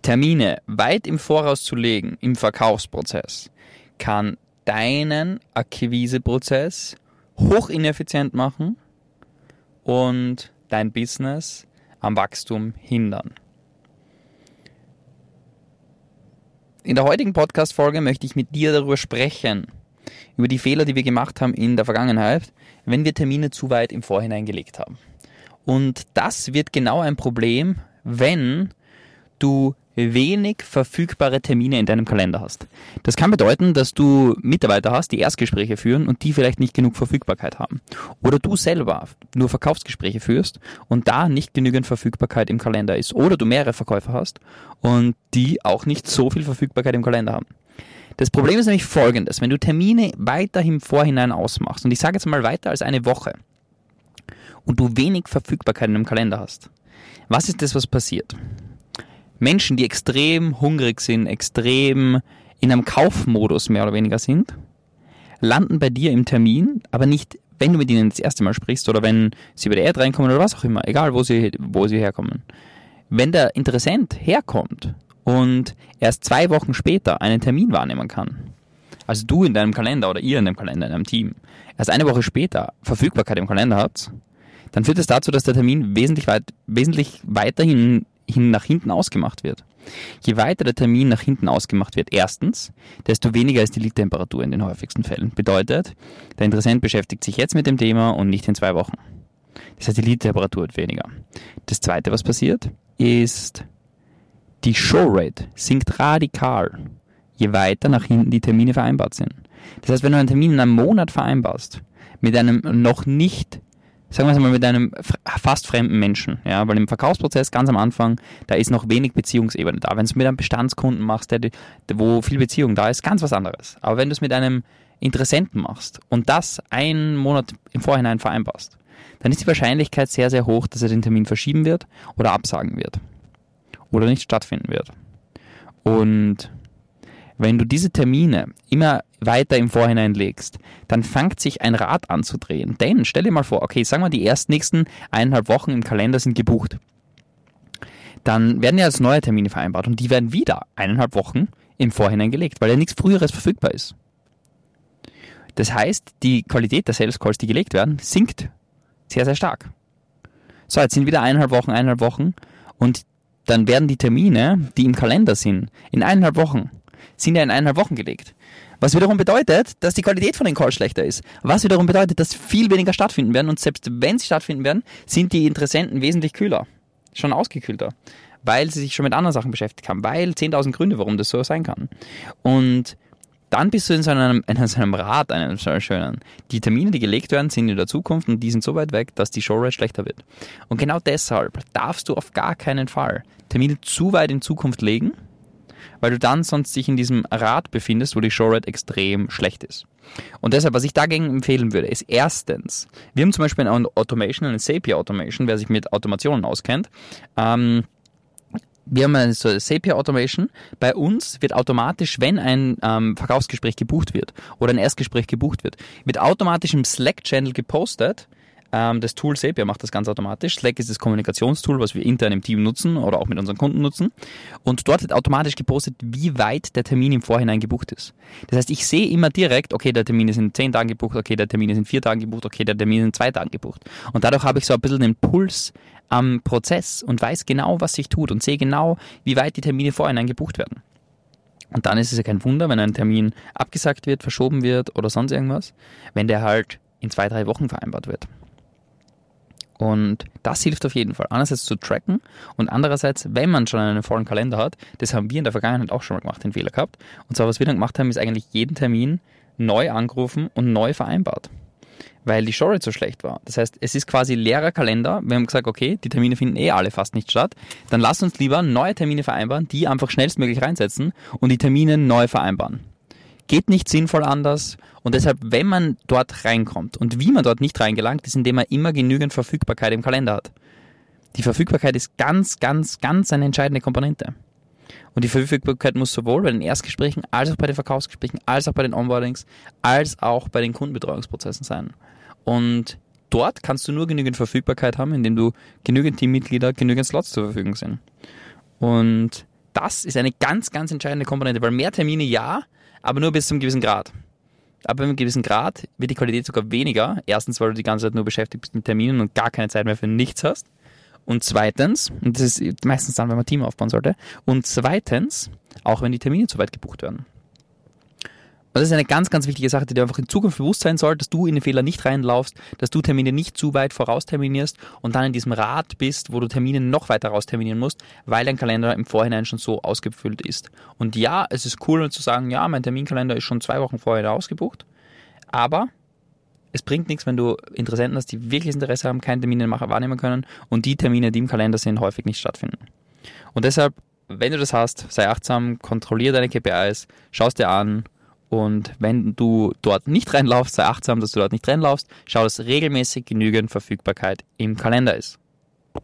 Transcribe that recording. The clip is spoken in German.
Termine weit im Voraus zu legen im Verkaufsprozess kann deinen Akquiseprozess hochineffizient machen und dein Business am Wachstum hindern. In der heutigen Podcast-Folge möchte ich mit dir darüber sprechen, über die Fehler, die wir gemacht haben in der Vergangenheit, wenn wir Termine zu weit im Vorhinein gelegt haben. Und das wird genau ein Problem, wenn du wenig verfügbare Termine in deinem Kalender hast. Das kann bedeuten, dass du Mitarbeiter hast, die Erstgespräche führen und die vielleicht nicht genug Verfügbarkeit haben. Oder du selber nur Verkaufsgespräche führst und da nicht genügend Verfügbarkeit im Kalender ist. Oder du mehrere Verkäufer hast und die auch nicht so viel Verfügbarkeit im Kalender haben. Das Problem ist nämlich folgendes: Wenn du Termine weiter im Vorhinein ausmachst, und ich sage jetzt mal weiter als eine Woche, und du wenig Verfügbarkeit in deinem Kalender hast, was ist das, was passiert? Menschen, die extrem hungrig sind, extrem in einem Kaufmodus mehr oder weniger sind, landen bei dir im Termin, aber nicht, wenn du mit ihnen das erste Mal sprichst oder wenn sie über die Ad reinkommen oder was auch immer, egal wo sie herkommen. Wenn der Interessent herkommt und erst 2 Wochen später einen Termin wahrnehmen kann, also du in deinem Kalender oder ihr in deinem Kalender, in einem Team, erst eine Woche später Verfügbarkeit im Kalender habt, dann führt es dazu, dass der Termin wesentlich weiterhin nach hinten ausgemacht wird. Je weiter der Termin nach hinten ausgemacht wird, erstens, desto weniger ist die Lead-Temperatur in den häufigsten Fällen. Bedeutet, der Interessent beschäftigt sich jetzt mit dem Thema und nicht in 2 Wochen. Das heißt, die Lead-Temperatur wird weniger. Das Zweite, was passiert, ist, die Show-Rate sinkt radikal, je weiter nach hinten die Termine vereinbart sind. Das heißt, wenn du einen Termin in einem Monat vereinbarst, mit einem noch nicht, sagen wir es mal, mit einem fast fremden Menschen, ja, weil im Verkaufsprozess ganz am Anfang, da ist noch wenig Beziehungsebene da. Wenn du es mit einem Bestandskunden machst, wo viel Beziehung da ist, ganz was anderes. Aber wenn du es mit einem Interessenten machst und das einen Monat im Vorhinein vereinbarst, dann ist die Wahrscheinlichkeit sehr, sehr hoch, dass er den Termin verschieben wird oder absagen wird oder nicht stattfinden wird. Und wenn du diese Termine immer weiter im Vorhinein legst, dann fängt sich ein Rad an zu drehen. Denn stell dir mal vor, okay, sagen wir, die nächsten 1,5 Wochen im Kalender sind gebucht. Dann werden ja jetzt neue Termine vereinbart und die werden wieder 1,5 Wochen im Vorhinein gelegt, weil ja nichts Früheres verfügbar ist. Das heißt, die Qualität der Sales Calls, die gelegt werden, sinkt sehr, sehr stark. So, jetzt sind wieder 1,5 Wochen und dann werden die Termine, die im Kalender sind, in 1,5 Wochen, sind ja in 1,5 Wochen gelegt. Was wiederum bedeutet, dass die Qualität von den Calls schlechter ist. Was wiederum bedeutet, dass viel weniger stattfinden werden und selbst wenn sie stattfinden werden, sind die Interessenten wesentlich kühler. Schon ausgekühlter. Weil sie sich schon mit anderen Sachen beschäftigt haben. Weil 10.000 Gründe, warum das so sein kann. Und dann bist du in so einem Rad, einem schönen. Die Termine, die gelegt werden, sind in der Zukunft und die sind so weit weg, dass die Showrate schlechter wird. Und genau deshalb darfst du auf gar keinen Fall Termine zu weit in Zukunft legen, weil du dann sonst dich in diesem Rad befindest, wo die Showrate extrem schlecht ist. Und deshalb, was ich dagegen empfehlen würde, ist erstens, wir haben zum Beispiel eine Automation, eine Zapier Automation, wer sich mit Automationen auskennt. Wir haben eine Zapier Automation. Bei uns wird automatisch, wenn ein Verkaufsgespräch gebucht wird oder ein Erstgespräch gebucht wird automatisch im Slack-Channel gepostet. Das Tool Zapier macht das ganz automatisch. Slack ist das Kommunikationstool, was wir intern im Team nutzen oder auch mit unseren Kunden nutzen. Und dort wird automatisch gepostet, wie weit der Termin im Vorhinein gebucht ist. Das heißt, ich sehe immer direkt, okay, der Termin ist in 10 Tagen gebucht, okay, der Termin ist in 4 Tagen gebucht, okay, der Termin ist in 2 Tagen gebucht. Und dadurch habe ich so ein bisschen den Puls am Prozess und weiß genau, was sich tut und sehe genau, wie weit die Termine vorhinein gebucht werden. Und dann ist es ja kein Wunder, wenn ein Termin abgesagt wird, verschoben wird oder sonst irgendwas, wenn der halt in 2-3 Wochen vereinbart wird. Und das hilft auf jeden Fall. Einerseits zu tracken und andererseits, wenn man schon einen vollen Kalender hat, das haben wir in der Vergangenheit auch schon mal gemacht, den Fehler gehabt. Und zwar, was wir dann gemacht haben, ist eigentlich jeden Termin neu angerufen und neu vereinbart. Weil die Showrate so schlecht war. Das heißt, es ist quasi leerer Kalender. Wir haben gesagt, okay, die Termine finden alle fast nicht statt. Dann lasst uns lieber neue Termine vereinbaren, die einfach schnellstmöglich reinsetzen und die Termine neu vereinbaren. Geht nicht sinnvoll anders und deshalb, wenn man dort reinkommt und wie man dort nicht reingelangt, ist, indem man immer genügend Verfügbarkeit im Kalender hat. Die Verfügbarkeit ist ganz eine entscheidende Komponente. Und die Verfügbarkeit muss sowohl bei den Erstgesprächen, als auch bei den Verkaufsgesprächen, als auch bei den Onboardings, als auch bei den Kundenbetreuungsprozessen sein. Und dort kannst du nur genügend Verfügbarkeit haben, indem du genügend Teammitglieder, genügend Slots zur Verfügung sind. Und das ist eine ganz, ganz entscheidende Komponente, weil mehr Termine ja, aber nur bis zu einem gewissen Grad. Ab einem gewissen Grad wird die Qualität sogar weniger. Erstens, weil du die ganze Zeit nur beschäftigt bist mit Terminen und gar keine Zeit mehr für nichts hast. Und zweitens, und das ist meistens dann, wenn man ein Team aufbauen sollte, und zweitens, auch wenn die Termine zu weit gebucht werden. Und das ist eine ganz, ganz wichtige Sache, die dir einfach in Zukunft bewusst sein soll, dass du in den Fehler nicht reinlaufst, dass du Termine nicht zu weit vorausterminierst und dann in diesem Rad bist, wo du Termine noch weiter rausterminieren musst, weil dein Kalender im Vorhinein schon so ausgefüllt ist. Und ja, es ist cool zu sagen, ja, mein Terminkalender ist schon 2 Wochen vorher ausgebucht, aber es bringt nichts, wenn du Interessenten hast, die wirkliches Interesse haben, keine Termine wahrnehmen können und die Termine, die im Kalender sind, häufig nicht stattfinden. Und deshalb, wenn du das hast, sei achtsam, kontrolliere deine KPIs, schau es dir an. Und wenn du dort nicht reinlaufst, sei achtsam, dass du dort nicht reinlaufst. Schau, dass regelmäßig genügend Verfügbarkeit im Kalender ist.